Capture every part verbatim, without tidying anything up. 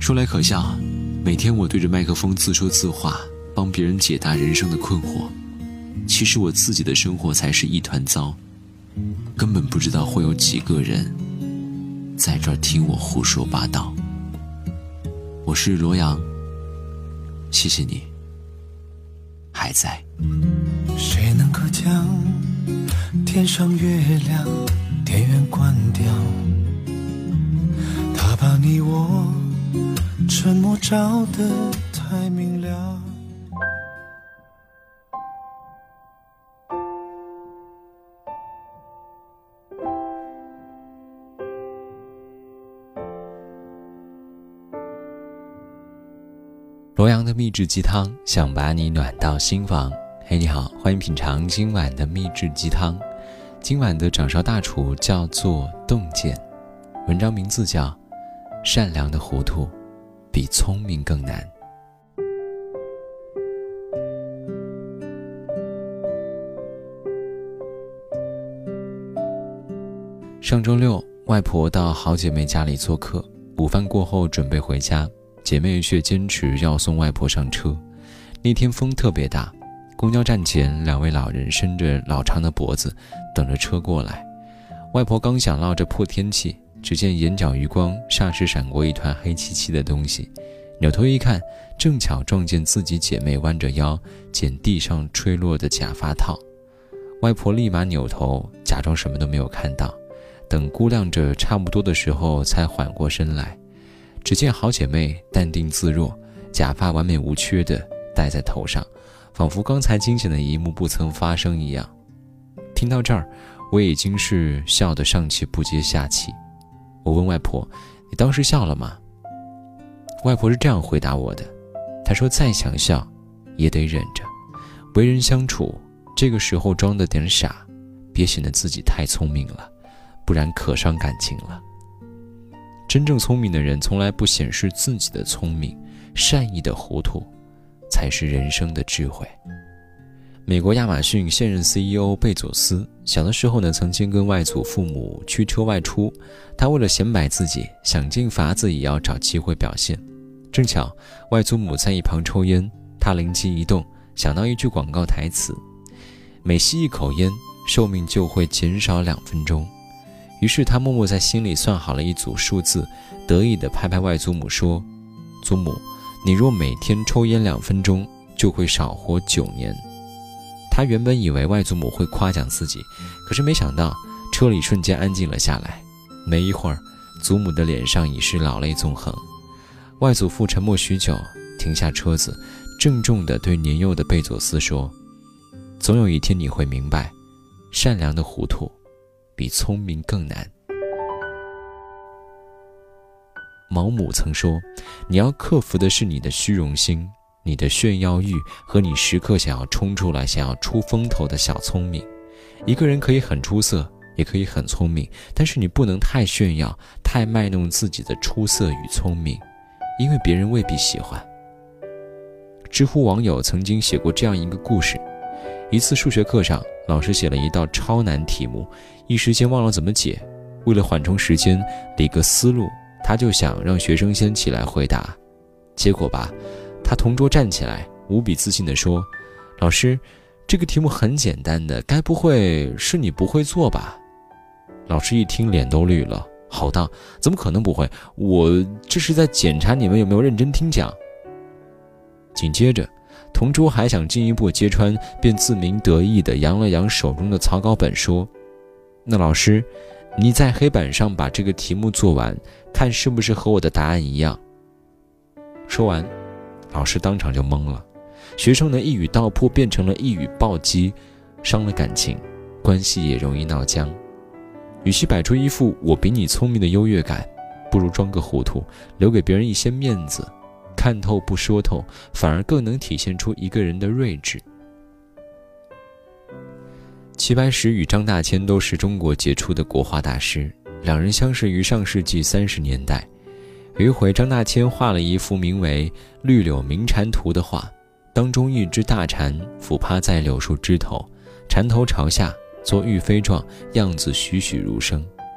说来可笑，每天我对着麦克风自说自话，帮别人解答人生的困惑，其实我自己的生活才是一团糟，根本不知道会有几个人在这儿听我胡说八道。我是罗阳，谢谢你还在。 谁能够将天上月亮电源关掉？他把你我沉默照得太明了。 罗阳的秘制鸡汤，想把你暖到心房。嘿，你好，欢迎品尝今晚的秘制鸡汤。今晚的掌勺大厨叫做洞见，文章名字叫善良的糊涂比聪明更难。上周六，外婆到好姐妹家里做客，午饭过后准备回家，姐妹却坚持要送外婆上车。那天风特别大，公交站前两位老人伸着老长的脖子等着车过来。外婆刚想唠着破天气，只见眼角余光霎时闪过一团黑漆漆的东西，扭头一看，正巧撞见自己姐妹弯着腰捡地上吹落的假发套。外婆立马扭头假装什么都没有看到，等估量着差不多的时候才缓过身来。只见好姐妹淡定自若，假发完美无缺地戴在头上，仿佛刚才惊险的一幕不曾发生一样。听到这儿，我已经是笑得上气不接下气。我问外婆，你当时笑了吗？外婆是这样回答我的，她说再想笑也得忍着，为人相处这个时候装的点傻，别显得自己太聪明了，不然可伤感情了。真正聪明的人从来不显示自己的聪明，善意的糊涂才是人生的智慧。美国亚马逊现任 C E O 贝佐斯小的时候呢，曾经跟外祖父母驱车外出，他为了显摆自己，想尽法子也要找机会表现。正巧外祖母在一旁抽烟，他灵机一动，想到一句广告台词：每吸一口烟，寿命就会减少两分钟。于是他默默在心里算好了一组数字，得意地拍拍外祖母说：祖母，你若每天抽烟两分钟，就会少活九年。他原本以为外祖母会夸奖自己，可是没想到车里瞬间安静了下来。没一会儿，祖母的脸上已是老泪纵横。外祖父沉默许久，停下车子，郑重地对年幼的贝佐斯说：总有一天你会明白，善良的糊涂比聪明更难。毛姆曾说，你要克服的是你的虚荣心，你的炫耀欲和你时刻想要冲出来，想要出风头的小聪明。一个人可以很出色，也可以很聪明，但是你不能太炫耀，太卖弄自己的出色与聪明，因为别人未必喜欢。知乎网友曾经写过这样一个故事，一次数学课上，老师写了一道超难题目，一时间忘了怎么解，为了缓冲时间，理个思路，他就想让学生先起来回答。结果吧，他同桌站起来，无比自信地说：老师，这个题目很简单的，该不会是你不会做吧？老师一听脸都绿了，吼道：怎么可能不会，我这是在检查你们有没有认真听讲。紧接着同桌还想进一步揭穿，便自鸣得意地扬了扬手中的草稿本说：那老师，你在黑板上把这个题目做完，看是不是和我的答案一样。说完，老师当场就懵了，学生的一语道破变成了一语暴击，伤了感情，关系也容易闹僵。与其摆出一副我比你聪明的优越感，不如装个糊涂，留给别人一些面子，看透不说透，反而更能体现出一个人的睿智。齐白石与张大千都是中国杰出的国画大师，两人相识于上世纪三十年代。有一回，张大千画了一幅名为《绿柳鸣蝉图》的画，当中一只大蝉俯趴在柳树枝头，蝉头朝下，做玉飞状，样子栩栩如生。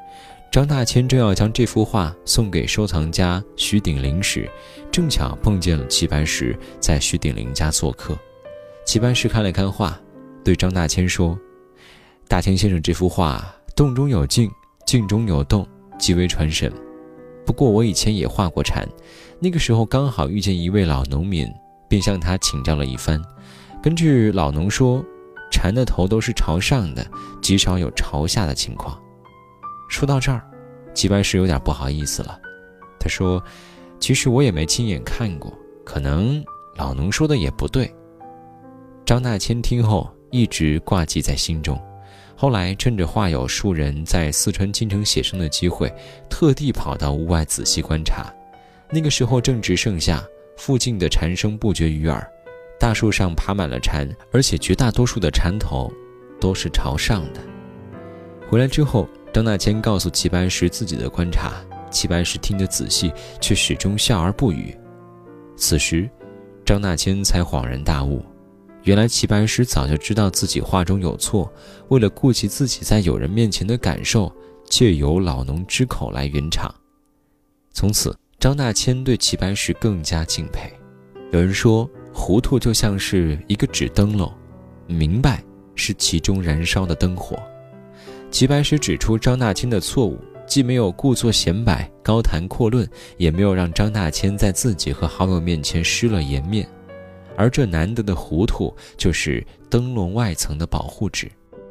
张大千正要将这幅画送给收藏家徐鼎林时，正巧碰见了齐白石在徐鼎林家做客。齐白石看了看画，对张大千说：大千先生这幅画动中有静，静中有动，极为传神。不过我以前也画过蝉，那个时候刚好遇见一位老农民，便向他请教了一番。根据老农说，蝉的头都是朝上的，极少有朝下的情况。说到这儿，齐白石有点不好意思了。他说：其实我也没亲眼看过，可能老农说的也不对。张大千听后一直挂记在心中，后来趁着画友数人在四川京城写生的机会，特地跑到屋外仔细观察。那个时候正值盛夏，附近的蝉声不绝于耳，大树上爬满了蝉，而且绝大多数的蝉头都是朝上的。回来之后，张大千告诉齐白石自己的观察，齐白石听得仔细，却始终笑而不语。此时张大千才恍然大悟，原来齐白石早就知道自己画中有错，为了顾及自己在友人面前的感受，借由老农之口来圆场。从此张大千对齐白石更加敬佩。有人说，糊涂就像是一个纸灯笼，明白是其中燃烧的灯火。齐白石指出张大千的错误，既没有故作显摆高谈阔论，也没有让张大千在自己和好友面前失了颜面，而这难得的糊涂就是灯笼外层的保护纸。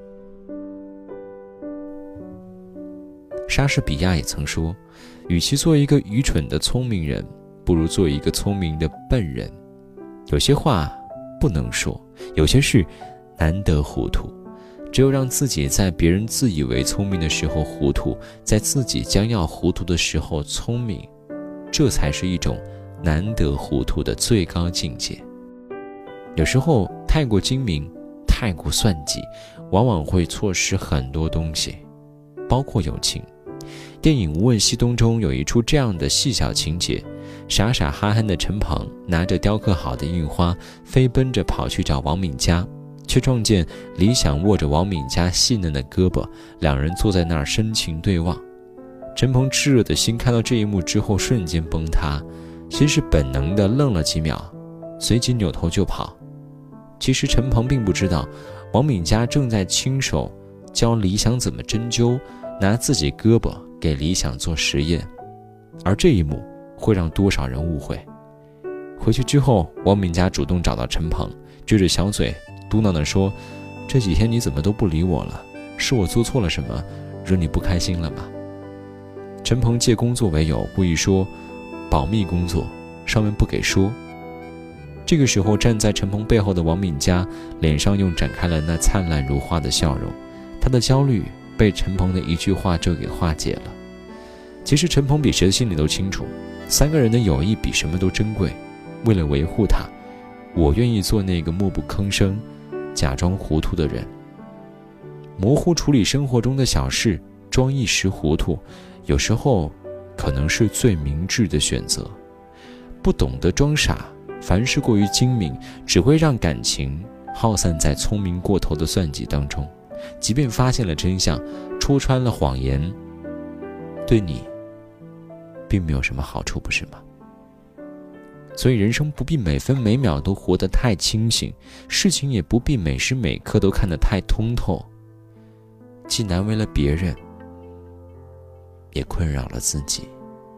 莎士比亚也曾说，与其做一个愚蠢的聪明人，不如做一个聪明的笨人。有些话不能说，有些事难得糊涂，只有让自己在别人自以为聪明的时候糊涂，在自己将要糊涂的时候聪明，这才是一种难得糊涂的最高境界。有时候太过精明，太过算计，往往会错失很多东西，包括友情。电影《无问西东》中有一处这样的细小情节，傻傻憨憨的陈鹏拿着雕刻好的印花，飞奔着跑去找王敏佳，却撞见李想握着王敏佳细嫩的胳膊，两人坐在那儿深情对望。陈鹏炽热的心看到这一幕之后瞬间崩塌，先是本能地愣了几秒，随即扭头就跑。其实陈鹏并不知道，王敏佳正在亲手教李想怎么针灸，拿自己胳膊给李想做实验，而这一幕会让多少人误会。回去之后，王敏佳主动找到陈鹏，撅着小嘴嘟囔地说：这几天你怎么都不理我了？是我做错了什么，惹你不开心了吗？陈鹏借工作为由，故意说保密工作，上面不给说。这个时候，站在陈鹏背后的王敏佳脸上又展开了那灿烂如花的笑容，她的焦虑被陈鹏的一句话就给化解了。其实陈鹏比谁的心里都清楚，三个人的友谊比什么都珍贵。为了维护他，我愿意做那个默不吭声、假装糊涂的人。模糊处理生活中的小事，装一时糊涂，有时候可能是最明智的选择。不懂得装傻，凡事过于精明，只会让感情耗散在聪明过头的算计当中。即便发现了真相，戳穿了谎言，对你并没有什么好处，不是吗？所以人生不必每分每秒都活得太清醒，事情也不必每时每刻都看得太通透，既难为了别人，也困扰了自己。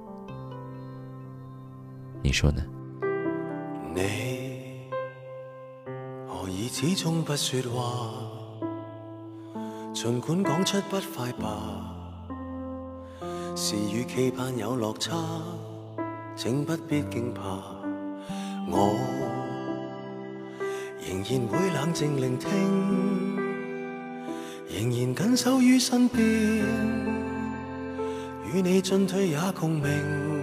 你说呢？ 你何以始終不說話？儘管講出不快吧，是與期盼有落差，請不必驚怕。我仍然會冷靜聆聽，仍然緊守於身邊，與你進退也共鳴。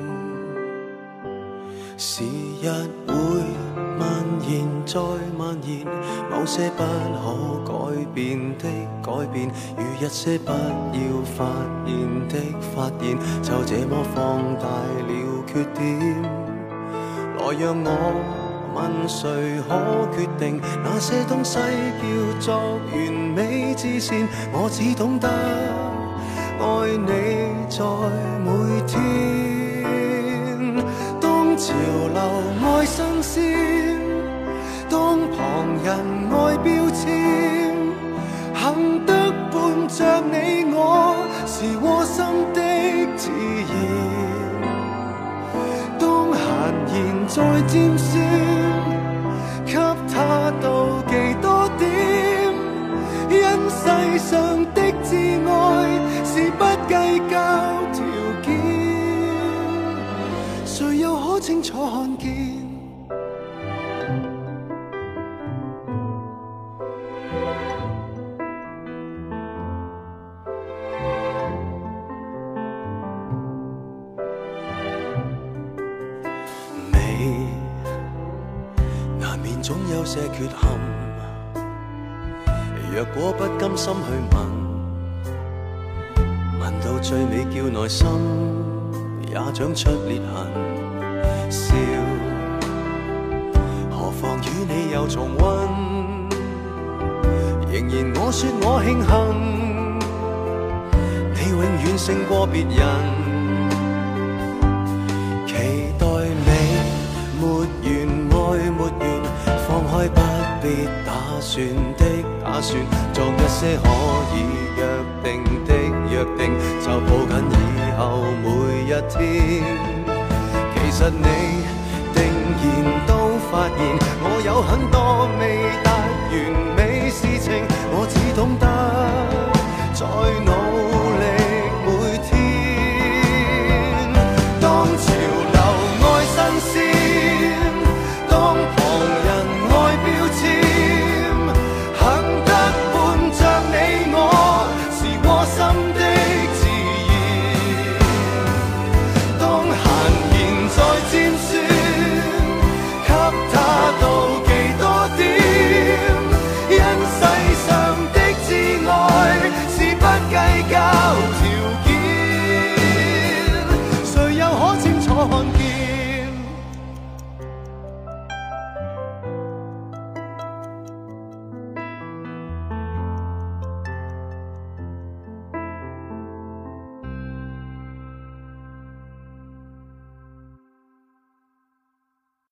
時日會蔓延再蔓延，某些不可改變的改變，與一些不要發現的發現，就這麼放大了缺點。來讓我問誰可決定，那些東西叫做完美之線，我只懂得愛你在每天。當潮流愛新鮮，當旁人愛標籤，幸得伴着你我是窩心的自然。當閒言再尖酸，給他妒忌多點，因世上的摯愛是不計較條件，誰又可清楚看見？美難免總有些缺陷，若果不甘心去問，問到最尾叫內心也長出裂痕。笑，何妨與你又重溫，仍然我說我慶幸，你永遠勝過別人。期待美沒完愛沒完，放開不必打算的打算，做一些可以約定的約定，就抱緊以後每一天。其實你定然都發現，我有很多未達完美事情，我只懂得再努力每天。當潮流愛新鮮，當旁人愛標籤，幸得伴着你我是窩心的自然。當閒言再尖酸，給他妒忌多點，因世上的摯愛是不計較條件，誰又可清楚看見？